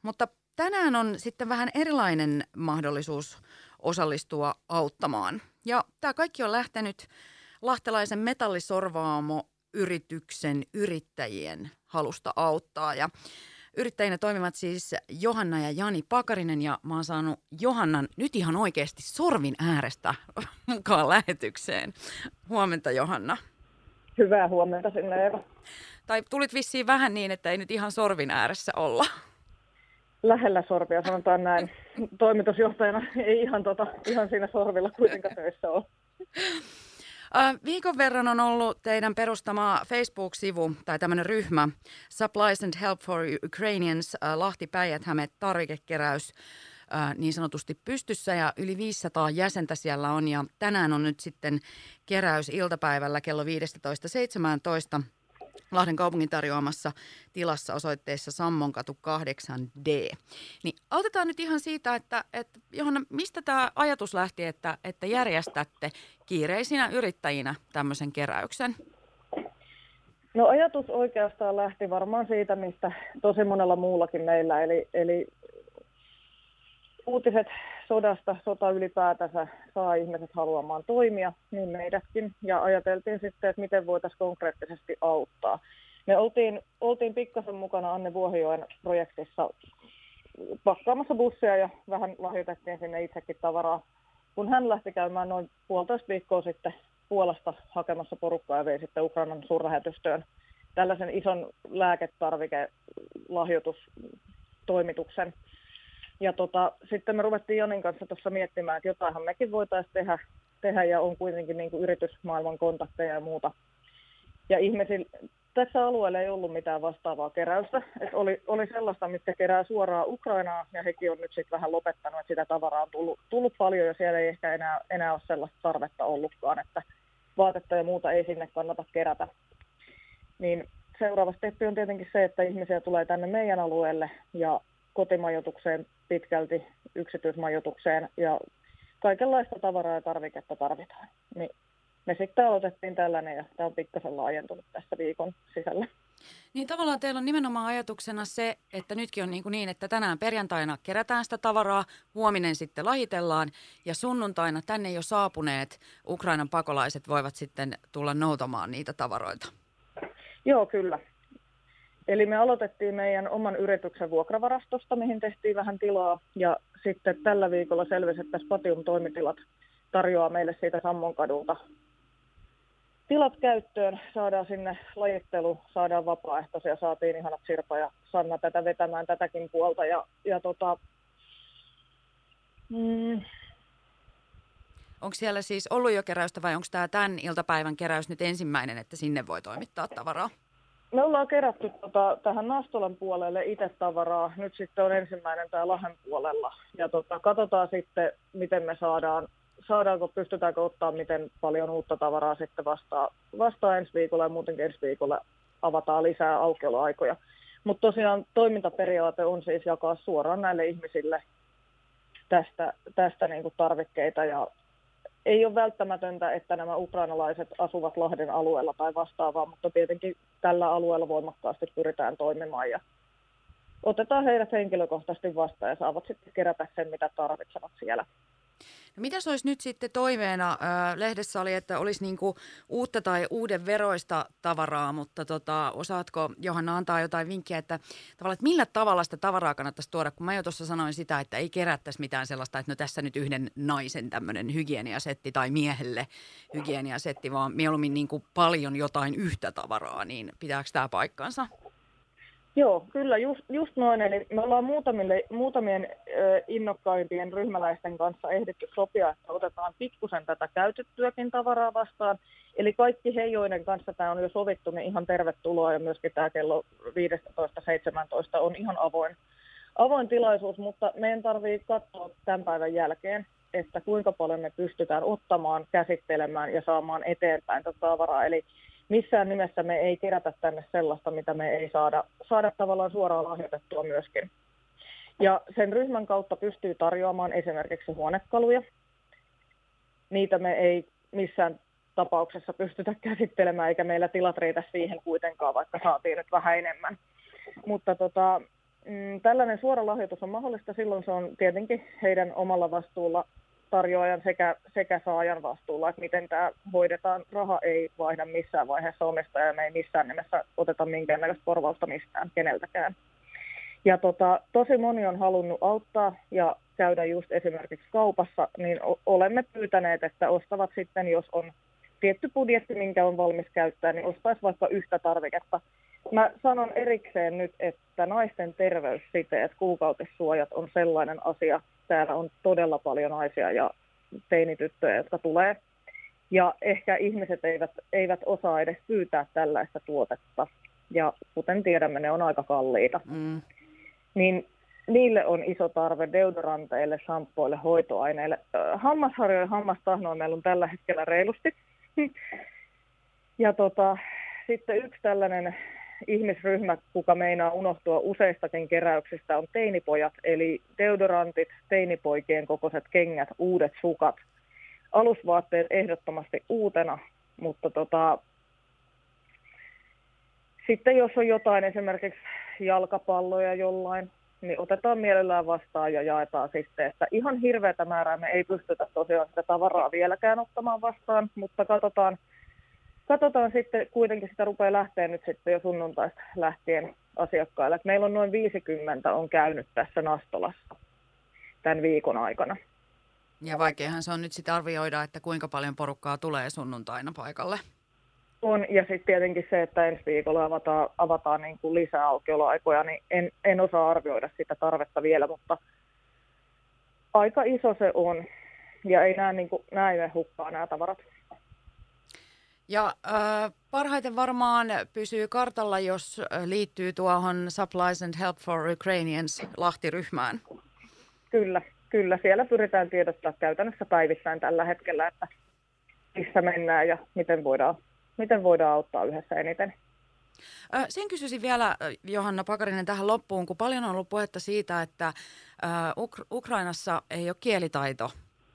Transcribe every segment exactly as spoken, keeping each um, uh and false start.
mutta tänään on sitten vähän erilainen mahdollisuus osallistua auttamaan. Ja tämä kaikki on lähtenyt lahtelaisen metallisorvaamo-yrityksen yrittäjien halusta auttaa. Ja yrittäjinä toimivat siis Johanna ja Jani Pakarinen, ja mä oon saanut Johannan nyt ihan oikeasti sorvin äärestä mukaan lähetykseen. Huomenta, Johanna. Hyvää huomenta sinne, Eeva. Tai tulit vissiin vähän niin, että ei nyt ihan sorvin ääressä olla. Lähellä sorvia, sanotaan näin. Toimitusjohtajana ei ihan, tota, ihan siinä sorvilla kuitenkaan töissä ole. Viikon verran on ollut teidän perustama Facebook-sivu tai tämmöinen ryhmä Supplies and Help for Ukrainians, Lahti-Päijät-Häme tarvikekeräys niin sanotusti pystyssä, ja yli viisisataa jäsentä siellä on, ja tänään on nyt sitten keräys iltapäivällä kello viisitoista seitsemäntoista Lahden kaupungin tarjoamassa tilassa osoitteessa Sammonkatu kahdeksan D. Niin autetaan nyt ihan siitä, että, että Johanna, mistä tämä ajatus lähti, että, että järjestätte kiireisinä yrittäjinä tämmöisen keräyksen? No ajatus oikeastaan lähti varmaan siitä, mistä tosi monella muullakin meillä, eli, eli uutiset sodasta, sota ylipäätänsä saa ihmiset haluamaan toimia, niin meidätkin, ja ajateltiin sitten, että miten voitaisiin konkreettisesti auttaa. Me oltiin, oltiin pikkasen mukana Anne Vuohijoen projektissa pakkaamassa bussia ja vähän lahjoitettiin sinne itsekin tavaraa. Kun hän lähti käymään noin puolitoista viikkoa sitten Puolasta hakemassa porukkaa ja vei sitten Ukrainan suurlähetystöön tällaisen ison lääketarvikelahjoitustoimituksen. Ja tota, sitten me ruvettiin Janin kanssa tuossa miettimään, että jotainhan mekin voitaisiin tehdä, tehdä ja on kuitenkin niin kuin yritysmaailman kontakteja ja muuta. Ja ihmisillä tässä alueella ei ollut mitään vastaavaa keräystä. Et oli, oli sellaista, mitkä kerää suoraan Ukrainaa, ja hekin on nyt sitten vähän lopettanut, että sitä tavaraa on tullut, tullut paljon, ja siellä ei ehkä enää, enää ole sellaista tarvetta ollutkaan, että vaatetta ja muuta ei sinne kannata kerätä. Niin seuraava steppi on tietenkin se, että ihmisiä tulee tänne meidän alueelle, ja kotimajoitukseen pitkälti, yksityismajoitukseen, ja kaikenlaista tavaraa ja tarviketta tarvitaan. Niin me sitten aloitettiin tällainen, ja tämä on pikkasen laajentunut tässä viikon sisällä. Niin tavallaan teillä on nimenomaan ajatuksena se, että nytkin on niin, kuin niin että tänään perjantaina kerätään sitä tavaraa, huominen sitten lahitellaan, ja sunnuntaina tänne jo saapuneet Ukrainan pakolaiset voivat sitten tulla noutamaan niitä tavaroita. Joo, kyllä. Eli me aloitettiin meidän oman yrityksen vuokravarastosta, mihin tehtiin vähän tilaa, ja sitten tällä viikolla selvisi, että Spatium-toimitilat tarjoaa meille siitä Sammonkadulta tilat käyttöön, saadaan sinne lajittelu, saadaan vapaaehtoisia, saatiin ihanat Sirpa ja Sanna tätä vetämään tätäkin puolta, ja, ja tota, mm, onko siellä siis ollut jo keräystä, vai onko tämä tämän iltapäivän keräys nyt ensimmäinen, että sinne voi toimittaa tavaraa? Me ollaan kerätty tota, tähän Nastolan puolelle itse tavaraa. Nyt sitten on ensimmäinen tämä Lahden puolella. Ja tota, katsotaan sitten, miten me saadaan, saadaanko, pystytäänkö ottaa miten paljon uutta tavaraa sitten vastaan, vastaan ensi viikolla, ja muutenkin ensi viikolla avataan lisää aukioloaikoja. Mutta tosiaan toimintaperiaate on siis jakaa suoraan näille ihmisille tästä, tästä niinku tarvikkeita. Ja ei ole välttämätöntä, että nämä ukrainalaiset asuvat Lahden alueella tai vastaavaa, mutta tietenkin tällä alueella voimakkaasti pyritään toimimaan, ja otetaan heidät henkilökohtaisesti vastaan ja saavat sitten kerätä sen, mitä tarvitsevat siellä. No mitäs olisi nyt sitten toiveena? Lehdessä oli, että olisi niinku uutta tai uuden veroista tavaraa, mutta tota, osaatko Johanna antaa jotain vinkkiä, että, tavallaan, että millä tavalla sitä tavaraa kannattaisi tuoda? Kun mä jo tuossa sanoin sitä, että ei kerättäisi mitään sellaista, että no tässä nyt yhden naisen tämmöinen hygieniasetti tai miehelle hygieniasetti, vaan mieluummin niinku paljon jotain yhtä tavaraa, niin pitääkö tämä paikkansa? Joo, kyllä, just, just noin. Eli me ollaan muutamille, muutamien ö, innokkaimpien ryhmäläisten kanssa ehditty sopia, että otetaan pikkusen tätä käytettyäkin tavaraa vastaan. Eli kaikki he, joiden kanssa tämä on jo sovittu, niin ihan tervetuloa, ja myöskin tämä kello viisitoista seitsemäntoista on ihan avoin, avoin tilaisuus, mutta meidän tarvitsee katsoa tämän päivän jälkeen, että kuinka paljon me pystytään ottamaan, käsittelemään ja saamaan eteenpäin tätä tavaraa. Eli missään nimessä me ei kerätä tänne sellaista, mitä me ei saada, saada tavallaan suoraan lahjoitettua myöskin. Ja sen ryhmän kautta pystyy tarjoamaan esimerkiksi huonekaluja. Niitä me ei missään tapauksessa pystytä käsittelemään, eikä meillä tilat riitä siihen kuitenkaan, vaikka saatiin nyt vähän enemmän. Mutta tota, mm, tällainen suora lahjoitus on mahdollista. Silloin se on tietenkin heidän omalla vastuulla, tarjoajan sekä, sekä saajan vastuulla, että miten tämä hoidetaan. Raha ei vaihda missään vaiheessa omistajaa, me ei missään nimessä oteta minkäännäköistä korvausta mistään keneltäkään. Ja tota, tosi moni on halunnut auttaa ja käydä just esimerkiksi kaupassa, niin olemme pyytäneet, että ostavat sitten, jos on tietty budjetti, minkä on valmis käyttää, niin ostaisi vaikka yhtä tarviketta. Mä sanon erikseen nyt, että naisten terveyssiteet, kuukautissuojat on sellainen asia. Täällä on todella paljon naisia ja teinityttöjä, jotka tulee. Ja ehkä ihmiset eivät, eivät osaa edes pyytää tällaista tuotetta. Ja kuten tiedämme, ne on aika kalliita. Mm. Niin niille on iso tarve deodoranteille, shampoille, hoitoaineille. Hammasharjoja ja hammastahnoja meillä on tällä hetkellä reilusti. Ja tota, sitten yksi tällainen ihmisryhmä, kuka meinaa unohtua useistakin keräyksistä, on teinipojat, eli deodorantit, teinipoikien kokoiset kengät, uudet sukat. Alusvaatteet ehdottomasti uutena, mutta tota, sitten jos on jotain, esimerkiksi jalkapalloja jollain, niin otetaan mielellään vastaan ja jaetaan sitten. Että ihan hirveätä määrää me ei pystytä tosiaan sitä tavaraa vieläkään ottamaan vastaan, mutta katsotaan, katsotaan sitten, kuitenkin sitä rupeaa lähteä nyt sitten jo sunnuntaista lähtien asiakkaille. Et meillä on noin viisikymmentä on käynyt tässä Nastolassa tämän viikon aikana. Ja vaikeahan se on nyt sitten arvioida, että kuinka paljon porukkaa tulee sunnuntaina paikalle. On, ja sitten tietenkin se, että ensi viikolla avataan, avataan niin kuin lisää aukioloaikoja, niin en, en osaa arvioida sitä tarvetta vielä, mutta aika iso se on, ja ei näe, niin kuin, näe hukkaa nämä tavarat. Ja äh, parhaiten varmaan pysyy kartalla, jos liittyy tuohon Supplies and Help for Ukrainians Lahti-ryhmään. Kyllä, kyllä. Siellä pyritään tiedottaa käytännössä päivittäin tällä hetkellä, että missä mennään ja miten voidaan, miten voidaan auttaa yhdessä eniten. Sen kysyisin vielä, Johanna Pakarinen, tähän loppuun, kun paljon on ollut puhetta siitä, että Uk- Ukrainassa ei ole kielitaito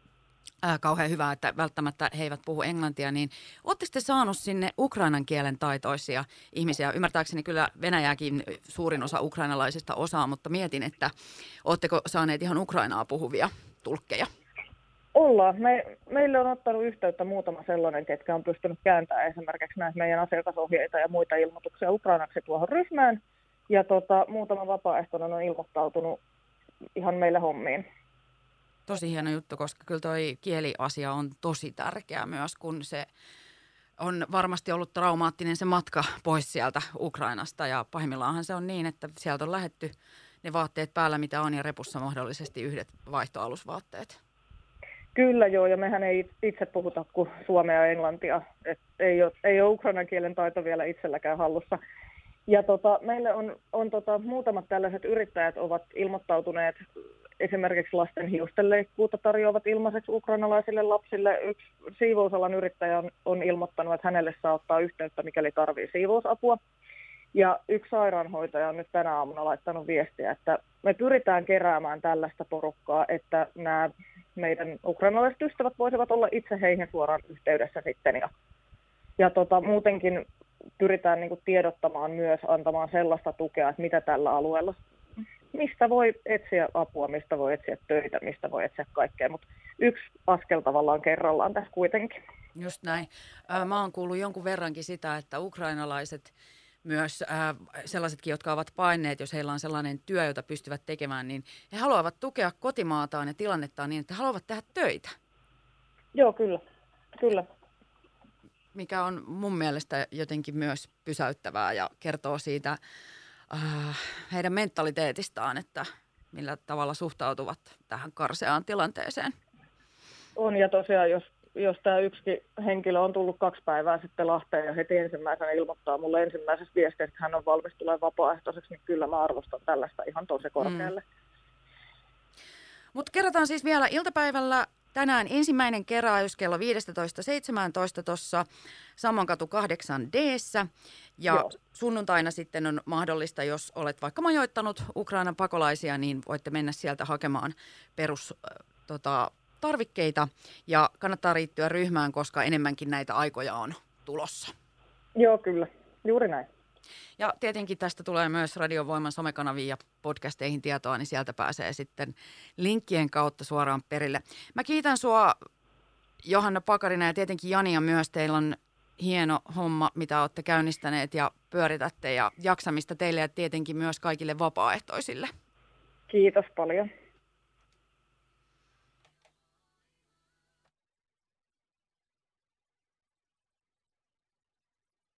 Äh, kauhean hyvä, että välttämättä he eivät puhu englantia, niin ootteko te saanut sinne ukrainan kielen taitoisia ihmisiä? Ymmärtääkseni kyllä Venäjääkin suurin osa ukrainalaisista osaa, mutta mietin, että ootteko saaneet ihan ukrainaa puhuvia tulkkeja? Ollaan. Me, meille on ottanut yhteyttä muutama sellainen, ketkä on pystynyt kääntämään esimerkiksi näitä meidän asiakasohjeita ja muita ilmoituksia ukrainaksi tuohon ryhmään. Ja tota, muutama vapaaehtoinen on ilmoittautunut ihan meille hommiin. Tosi hieno juttu, koska kyllä toi kieliasia on tosi tärkeä myös, kun se on varmasti ollut traumaattinen se matka pois sieltä Ukrainasta. Ja pahimmillaanhan se on niin, että sieltä on lähdetty ne vaatteet päällä, mitä on, ja repussa mahdollisesti yhdet vaihtoalusvaatteet. Kyllä joo, ja mehän ei itse puhuta kuin suomea ja englantia. Et ei, ole, ei ole ukrainan kielen taito vielä itselläkään hallussa. Ja tota, meille on, on tota, muutamat tällaiset yrittäjät ovat ilmoittautuneet esimerkiksi lasten hiustenleikkuuta tarjoavat ilmaiseksi ukrainalaisille lapsille. Yksi siivousalan yrittäjä on, on ilmoittanut, että hänelle saa ottaa yhteyttä, mikäli tarvitsee siivousapua. Ja yksi sairaanhoitaja on nyt tänä aamuna laittanut viestiä, että me pyritään keräämään tällaista porukkaa, että nämä meidän ukrainalaiset ystävät voisivat olla itse heihin suoraan yhteydessä sitten. Ja, ja tota, muutenkin pyritään niin kuin tiedottamaan myös, antamaan sellaista tukea, että mitä tällä alueella, mistä voi etsiä apua, mistä voi etsiä töitä, mistä voi etsiä kaikkea, mutta yksi askel tavallaan kerrallaan tässä kuitenkin. Just näin. Mä oon kuullut jonkun verrankin sitä, että ukrainalaiset myös äh, sellaisetkin, jotka ovat paineet, jos heillä on sellainen työ, jota pystyvät tekemään, niin he haluavat tukea kotimaataan ja tilannettaan niin, että he haluavat tehdä töitä. Joo, kyllä. Kyllä. Mikä on mun mielestä jotenkin myös pysäyttävää ja kertoo siitä äh, heidän mentaliteetistaan, että millä tavalla suhtautuvat tähän karseaan tilanteeseen. On, ja tosiaan, jos, jos tämä yksi henkilö on tullut kaksi päivää sitten Lahteen ja heti ensimmäisenä ilmoittaa mulle ensimmäisessä viestissä, että hän on valmis tulemaan vapaaehtoiseksi, niin kyllä mä arvostan tällaista ihan tosi korkealle. Mm. Mutta kerrotaan siis vielä iltapäivällä. Tänään ensimmäinen keräys kello viisitoista seitsemäntoista tuossa Sammonkatu kahdeksan D:ssä ja Joo. Sunnuntaina sitten on mahdollista, jos olet vaikka majoittanut Ukrainan pakolaisia, niin voitte mennä sieltä hakemaan perus tota, tarvikkeita ja kannattaa riittyä ryhmään, koska enemmänkin näitä aikoja on tulossa. Joo, kyllä. Juuri näin. Ja tietenkin tästä tulee myös Radiovoiman somekanaviin ja podcasteihin tietoa, niin sieltä pääsee sitten linkkien kautta suoraan perille. Mä kiitän sua, Johanna Pakarinen, ja tietenkin Jania myös. Teillä on hieno homma, mitä olette käynnistäneet ja pyöritätte, ja jaksamista teille ja tietenkin myös kaikille vapaaehtoisille. Kiitos paljon.